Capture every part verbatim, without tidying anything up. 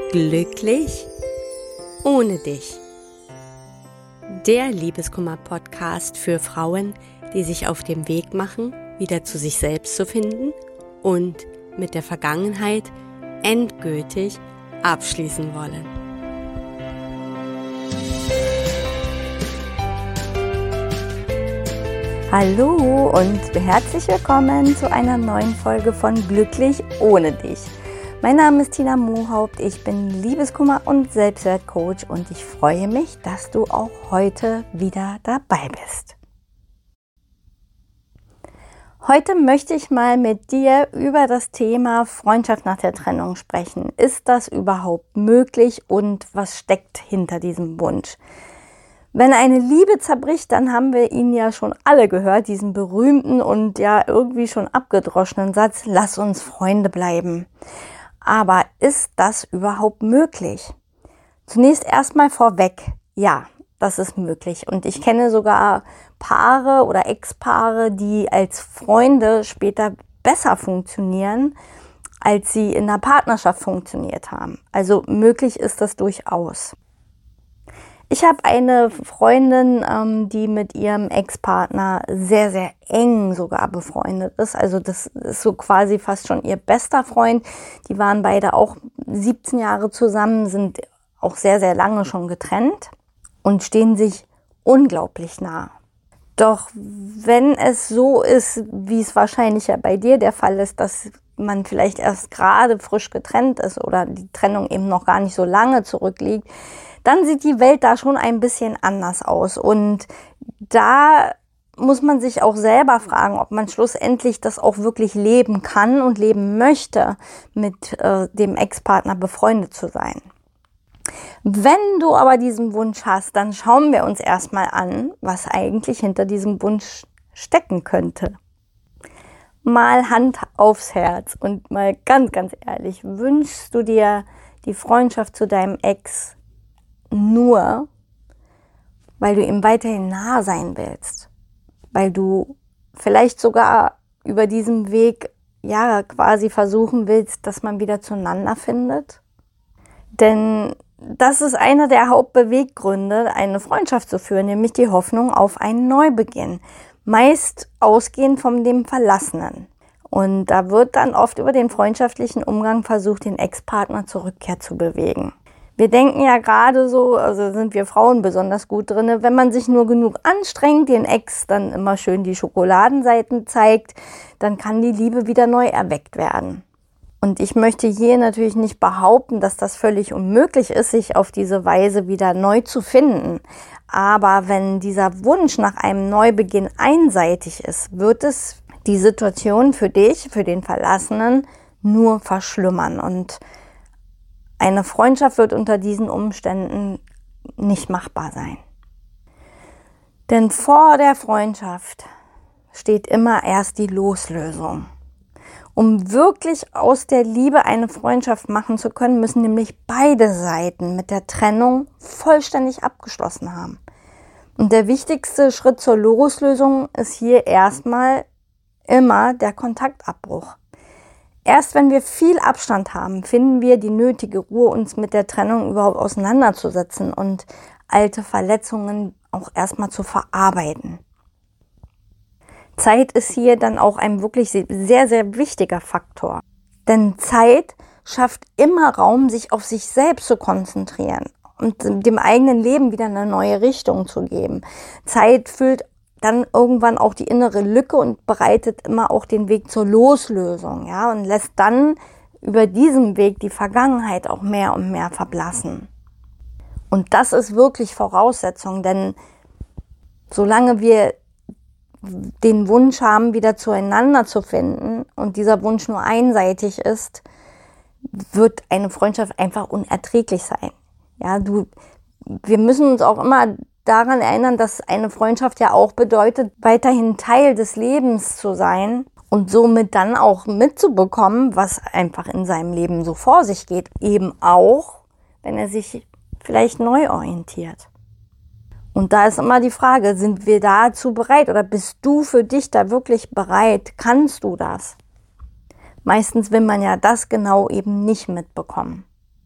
Glücklich ohne dich. Der Liebeskummer-Podcast für Frauen, die sich auf dem Weg machen, wieder zu sich selbst zu finden und mit der Vergangenheit endgültig abschließen wollen. Hallo und herzlich willkommen zu einer neuen Folge von Glücklich ohne dich. Mein Name ist Tina Mohaupt, ich bin Liebeskummer- und Selbstwertcoach und ich freue mich, dass du auch heute wieder dabei bist. Heute möchte ich mal mit dir über das Thema Freundschaft nach der Trennung sprechen. Ist das überhaupt möglich und was steckt hinter diesem Wunsch? Wenn eine Liebe zerbricht, dann haben wir ihn ja schon alle gehört, diesen berühmten und ja irgendwie schon abgedroschenen Satz, lass uns Freunde bleiben. Aber ist das überhaupt möglich? Zunächst erstmal vorweg, ja, das ist möglich. Und ich kenne sogar Paare oder Ex-Paare, die als Freunde später besser funktionieren, als sie in der Partnerschaft funktioniert haben. Also möglich ist das durchaus. Ich habe eine Freundin, ähm, die mit ihrem Ex-Partner sehr, sehr eng sogar befreundet ist. Also das ist so quasi fast schon ihr bester Freund. Die waren beide auch siebzehn Jahre zusammen, sind auch sehr, sehr lange schon getrennt und stehen sich unglaublich nah. Doch wenn es so ist, wie es wahrscheinlich ja bei dir der Fall ist, dass man vielleicht erst gerade frisch getrennt ist oder die Trennung eben noch gar nicht so lange zurückliegt, dann sieht die Welt da schon ein bisschen anders aus. Und da muss man sich auch selber fragen, ob man schlussendlich das auch wirklich leben kann und leben möchte, mit äh, dem Ex-Partner befreundet zu sein. Wenn du aber diesen Wunsch hast, dann schauen wir uns erstmal an, was eigentlich hinter diesem Wunsch stecken könnte. Mal Hand aufs Herz und mal ganz, ganz ehrlich, wünschst du dir die Freundschaft zu deinem Ex nur, weil du ihm weiterhin nah sein willst, weil du vielleicht sogar über diesen Weg ja quasi versuchen willst, dass man wieder zueinander findet? Denn das ist einer der Hauptbeweggründe, eine Freundschaft zu führen, nämlich die Hoffnung auf einen Neubeginn, meist ausgehend von dem Verlassenen. Und da wird dann oft über den freundschaftlichen Umgang versucht, den Ex-Partner zur Rückkehr zu bewegen. Wir denken ja gerade so, also sind wir Frauen besonders gut drin, wenn man sich nur genug anstrengt, den Ex dann immer schön die Schokoladenseiten zeigt, dann kann die Liebe wieder neu erweckt werden. Und ich möchte hier natürlich nicht behaupten, dass das völlig unmöglich ist, sich auf diese Weise wieder neu zu finden. Aber wenn dieser Wunsch nach einem Neubeginn einseitig ist, wird es die Situation für dich, für den Verlassenen, nur verschlimmern. Und eine Freundschaft wird unter diesen Umständen nicht machbar sein. Denn vor der Freundschaft steht immer erst die Loslösung. Um wirklich aus der Liebe eine Freundschaft machen zu können, müssen nämlich beide Seiten mit der Trennung vollständig abgeschlossen haben. Und der wichtigste Schritt zur Loslösung ist hier erstmal immer der Kontaktabbruch. Erst wenn wir viel Abstand haben, finden wir die nötige Ruhe, uns mit der Trennung überhaupt auseinanderzusetzen und alte Verletzungen auch erstmal zu verarbeiten. Zeit ist hier dann auch ein wirklich sehr, sehr wichtiger Faktor. Denn Zeit schafft immer Raum, sich auf sich selbst zu konzentrieren und dem eigenen Leben wieder eine neue Richtung zu geben. Zeit füllt dann irgendwann auch die innere Lücke und bereitet immer auch den Weg zur Loslösung, ja, und lässt dann über diesen Weg die Vergangenheit auch mehr und mehr verblassen. Und das ist wirklich Voraussetzung, denn solange wir den Wunsch haben, wieder zueinander zu finden und dieser Wunsch nur einseitig ist, wird eine Freundschaft einfach unerträglich sein. Ja, du, wir müssen uns auch immer daran erinnern, dass eine Freundschaft ja auch bedeutet, weiterhin Teil des Lebens zu sein und somit dann auch mitzubekommen, was einfach in seinem Leben so vor sich geht. Eben auch, wenn er sich vielleicht neu orientiert. Und da ist immer die Frage, sind wir dazu bereit oder bist du für dich da wirklich bereit? Kannst du das? Meistens will man ja das genau eben nicht mitbekommen.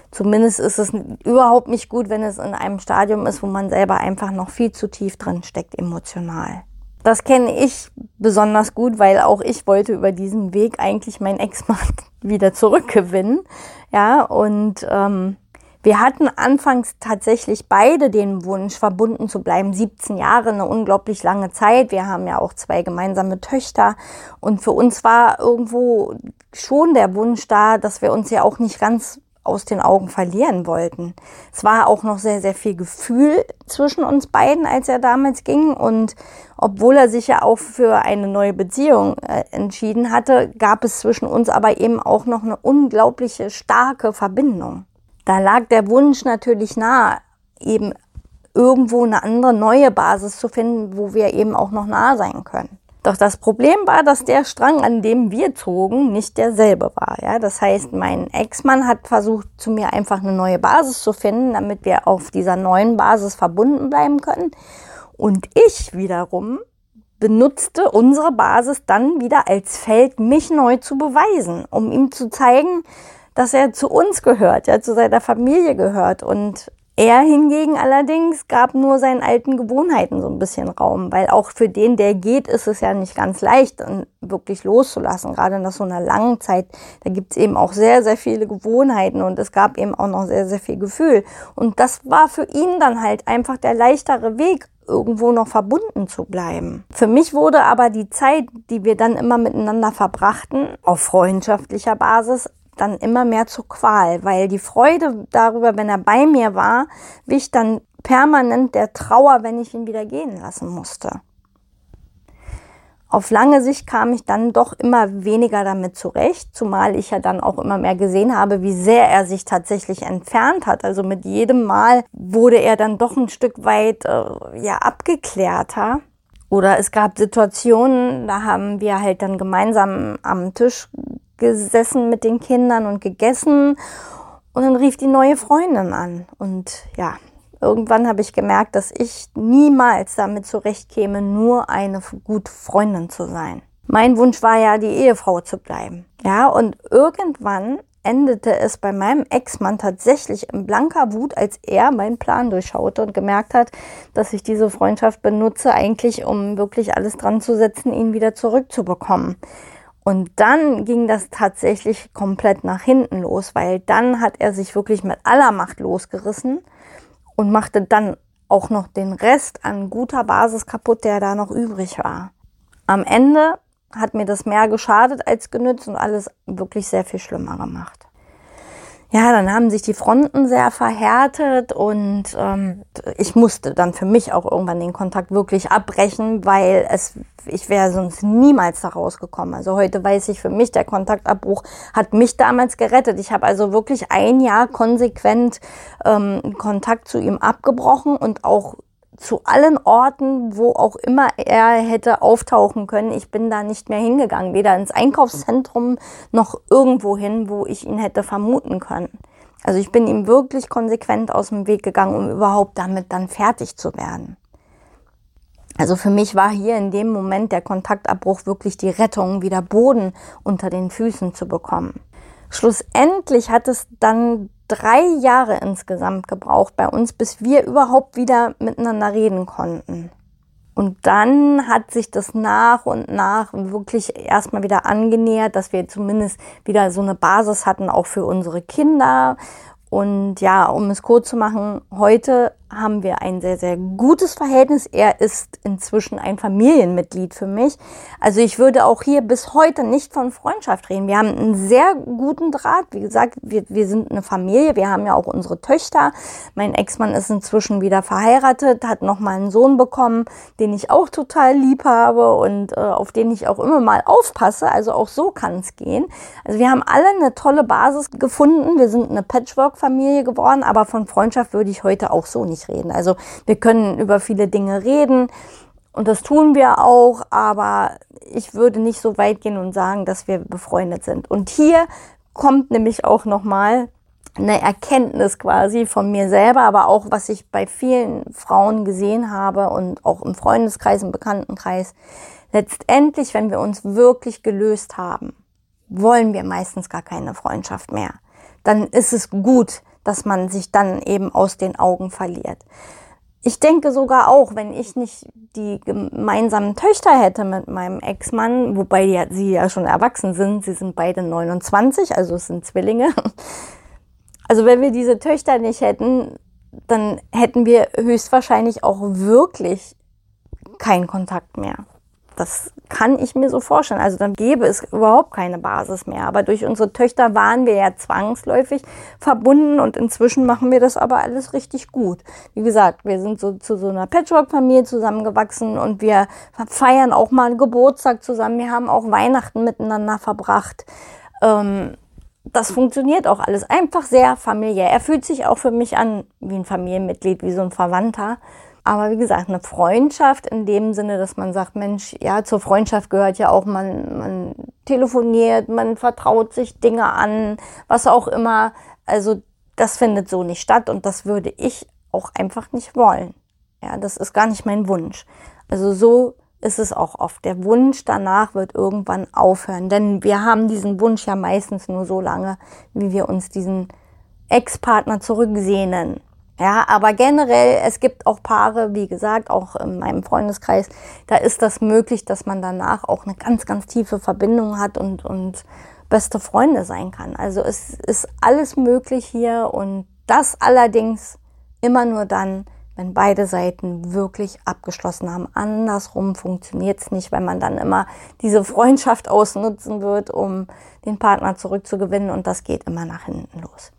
Zumindest ist es überhaupt nicht gut, wenn es in einem Stadium ist, wo man selber einfach noch viel zu tief drin steckt emotional. Das kenne ich besonders gut, weil auch ich wollte über diesen Weg eigentlich meinen Ex-Mann wieder zurückgewinnen. Ja, und ähm, wir hatten anfangs tatsächlich beide den Wunsch, verbunden zu bleiben. siebzehn Jahre, eine unglaublich lange Zeit. Wir haben ja auch zwei gemeinsame Töchter. Und für uns war irgendwo schon der Wunsch da, dass wir uns ja auch nicht ganz aus den Augen verlieren wollten. Es war auch noch sehr, sehr viel Gefühl zwischen uns beiden, als er damals ging. Und obwohl er sich ja auch für eine neue Beziehung äh, entschieden hatte, gab es zwischen uns aber eben auch noch eine unglaubliche, starke Verbindung. Da lag der Wunsch natürlich nahe, eben irgendwo eine andere, neue Basis zu finden, wo wir eben auch noch nah sein können. Doch das Problem war, dass der Strang, an dem wir zogen, nicht derselbe war. Ja? Das heißt, mein Ex-Mann hat versucht, zu mir einfach eine neue Basis zu finden, damit wir auf dieser neuen Basis verbunden bleiben können. Und ich wiederum benutzte unsere Basis dann wieder als Feld, mich neu zu beweisen, um ihm zu zeigen, dass er zu uns gehört, ja, zu seiner Familie gehört. Und er hingegen allerdings gab nur seinen alten Gewohnheiten so ein bisschen Raum, weil auch für den, der geht, ist es ja nicht ganz leicht, wirklich loszulassen. Gerade nach so einer langen Zeit, da gibt es eben auch sehr, sehr viele Gewohnheiten und es gab eben auch noch sehr, sehr viel Gefühl. Und das war für ihn dann halt einfach der leichtere Weg, irgendwo noch verbunden zu bleiben. Für mich wurde aber die Zeit, die wir dann immer miteinander verbrachten, auf freundschaftlicher Basis, dann immer mehr zur Qual, weil die Freude darüber, wenn er bei mir war, wich dann permanent der Trauer, wenn ich ihn wieder gehen lassen musste. Auf lange Sicht kam ich dann doch immer weniger damit zurecht, zumal ich ja dann auch immer mehr gesehen habe, wie sehr er sich tatsächlich entfernt hat. Also mit jedem Mal wurde er dann doch ein Stück weit äh, ja abgeklärter. Oder es gab Situationen, da haben wir halt dann gemeinsam am Tisch gesessen mit den Kindern und gegessen und dann rief die neue Freundin an. Und ja, irgendwann habe ich gemerkt, dass ich niemals damit zurechtkäme, nur eine gute Freundin zu sein. Mein Wunsch war ja, die Ehefrau zu bleiben. Ja, und irgendwann endete es bei meinem Ex-Mann tatsächlich in blanker Wut, als er meinen Plan durchschaute und gemerkt hat, dass ich diese Freundschaft benutze, eigentlich um wirklich alles dran zu setzen, ihn wieder zurückzubekommen. Und dann ging das tatsächlich komplett nach hinten los, weil dann hat er sich wirklich mit aller Macht losgerissen und machte dann auch noch den Rest an guter Basis kaputt, der da noch übrig war. Am Ende hat mir das mehr geschadet als genützt und alles wirklich sehr viel schlimmer gemacht. Ja, dann haben sich die Fronten sehr verhärtet und ähm, ich musste dann für mich auch irgendwann den Kontakt wirklich abbrechen, weil es ich wäre sonst niemals da rausgekommen. Also heute weiß ich für mich, der Kontaktabbruch hat mich damals gerettet. Ich habe also wirklich ein Jahr konsequent ähm, Kontakt zu ihm abgebrochen und auch zu allen Orten, wo auch immer er hätte auftauchen können. Ich bin da nicht mehr hingegangen, weder ins Einkaufszentrum noch irgendwo hin, wo ich ihn hätte vermuten können. Also ich bin ihm wirklich konsequent aus dem Weg gegangen, um überhaupt damit dann fertig zu werden. Also für mich war hier in dem Moment der Kontaktabbruch wirklich die Rettung, wieder Boden unter den Füßen zu bekommen. Schlussendlich hat es dann drei Jahre insgesamt gebraucht bei uns, bis wir überhaupt wieder miteinander reden konnten. Und dann hat sich das nach und nach wirklich erstmal wieder angenähert, dass wir zumindest wieder so eine Basis hatten, auch für unsere Kinder. Und ja, um es kurz zu machen, heute haben wir ein sehr, sehr gutes Verhältnis. Er ist inzwischen ein Familienmitglied für mich. Also ich würde auch hier bis heute nicht von Freundschaft reden. Wir haben einen sehr guten Draht. Wie gesagt, wir, wir sind eine Familie. Wir haben ja auch unsere Töchter. Mein Ex-Mann ist inzwischen wieder verheiratet, hat nochmal einen Sohn bekommen, den ich auch total lieb habe und äh, auf den ich auch immer mal aufpasse. Also auch so kann es gehen. Also wir haben alle eine tolle Basis gefunden. Wir sind eine Patchwork-Familie geworden, aber von Freundschaft würde ich heute auch so nicht reden. Also wir können über viele Dinge reden und das tun wir auch, aber ich würde nicht so weit gehen und sagen, dass wir befreundet sind. Und hier kommt nämlich auch nochmal eine Erkenntnis quasi von mir selber, aber auch was ich bei vielen Frauen gesehen habe und auch im Freundeskreis, im Bekanntenkreis. Letztendlich, wenn wir uns wirklich gelöst haben, wollen wir meistens gar keine Freundschaft mehr. Dann ist es gut, dass man sich dann eben aus den Augen verliert. Ich denke sogar auch, wenn ich nicht die gemeinsamen Töchter hätte mit meinem Ex-Mann, wobei die, sie ja schon erwachsen sind, sie sind beide neunundzwanzig, also es sind Zwillinge. Also wenn wir diese Töchter nicht hätten, dann hätten wir höchstwahrscheinlich auch wirklich keinen Kontakt mehr. Das kann ich mir so vorstellen. Also dann gäbe es überhaupt keine Basis mehr. Aber durch unsere Töchter waren wir ja zwangsläufig verbunden und inzwischen machen wir das aber alles richtig gut. Wie gesagt, wir sind so zu so einer Patchwork-Familie zusammengewachsen und wir feiern auch mal Geburtstag zusammen. Wir haben auch Weihnachten miteinander verbracht. Ähm, das funktioniert auch alles einfach sehr familiär. Er fühlt sich auch für mich an wie ein Familienmitglied, wie so ein Verwandter. Aber wie gesagt, eine Freundschaft in dem Sinne, dass man sagt, Mensch, ja, zur Freundschaft gehört ja auch, man, man telefoniert, man vertraut sich Dinge an, was auch immer. Also das findet so nicht statt und das würde ich auch einfach nicht wollen. Ja, das ist gar nicht mein Wunsch. Also so ist es auch oft. Der Wunsch danach wird irgendwann aufhören, denn wir haben diesen Wunsch ja meistens nur so lange, wie wir uns diesen Ex-Partner zurücksehnen. Ja, aber generell, es gibt auch Paare, wie gesagt, auch in meinem Freundeskreis, da ist das möglich, dass man danach auch eine ganz, ganz tiefe Verbindung hat und, und beste Freunde sein kann. Also es ist alles möglich hier und das allerdings immer nur dann, wenn beide Seiten wirklich abgeschlossen haben. Andersrum funktioniert es nicht, wenn man dann immer diese Freundschaft ausnutzen wird, um den Partner zurückzugewinnen und das geht immer nach hinten los.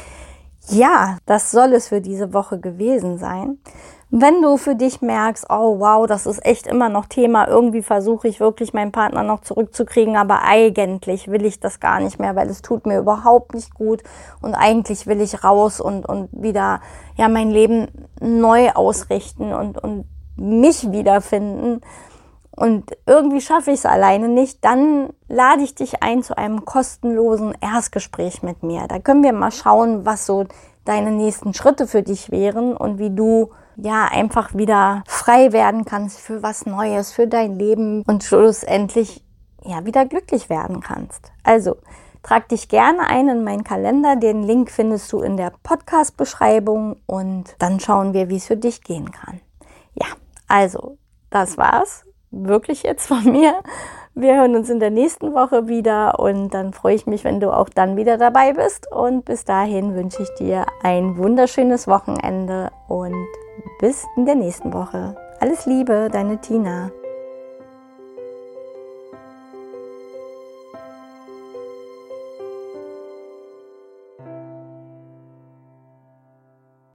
Ja, das soll es für diese Woche gewesen sein. Wenn du für dich merkst, oh wow, das ist echt immer noch Thema, irgendwie versuche ich wirklich meinen Partner noch zurückzukriegen, aber eigentlich will ich das gar nicht mehr, weil es tut mir überhaupt nicht gut und eigentlich will ich raus und, und wieder ja mein Leben neu ausrichten und, und mich wiederfinden. Und irgendwie schaffe ich es alleine nicht, dann lade ich dich ein zu einem kostenlosen Erstgespräch mit mir. Da können wir mal schauen, was so deine nächsten Schritte für dich wären und wie du ja einfach wieder frei werden kannst für was Neues, für dein Leben und schlussendlich ja wieder glücklich werden kannst. Also trag dich gerne ein in meinen Kalender. Den Link findest du in der Podcast-Beschreibung und dann schauen wir, wie es für dich gehen kann. Ja, also das war's. Wirklich jetzt von mir. Wir hören uns in der nächsten Woche wieder und dann freue ich mich, wenn du auch dann wieder dabei bist. Und bis dahin wünsche ich dir ein wunderschönes Wochenende und bis in der nächsten Woche. Alles Liebe, deine Tina.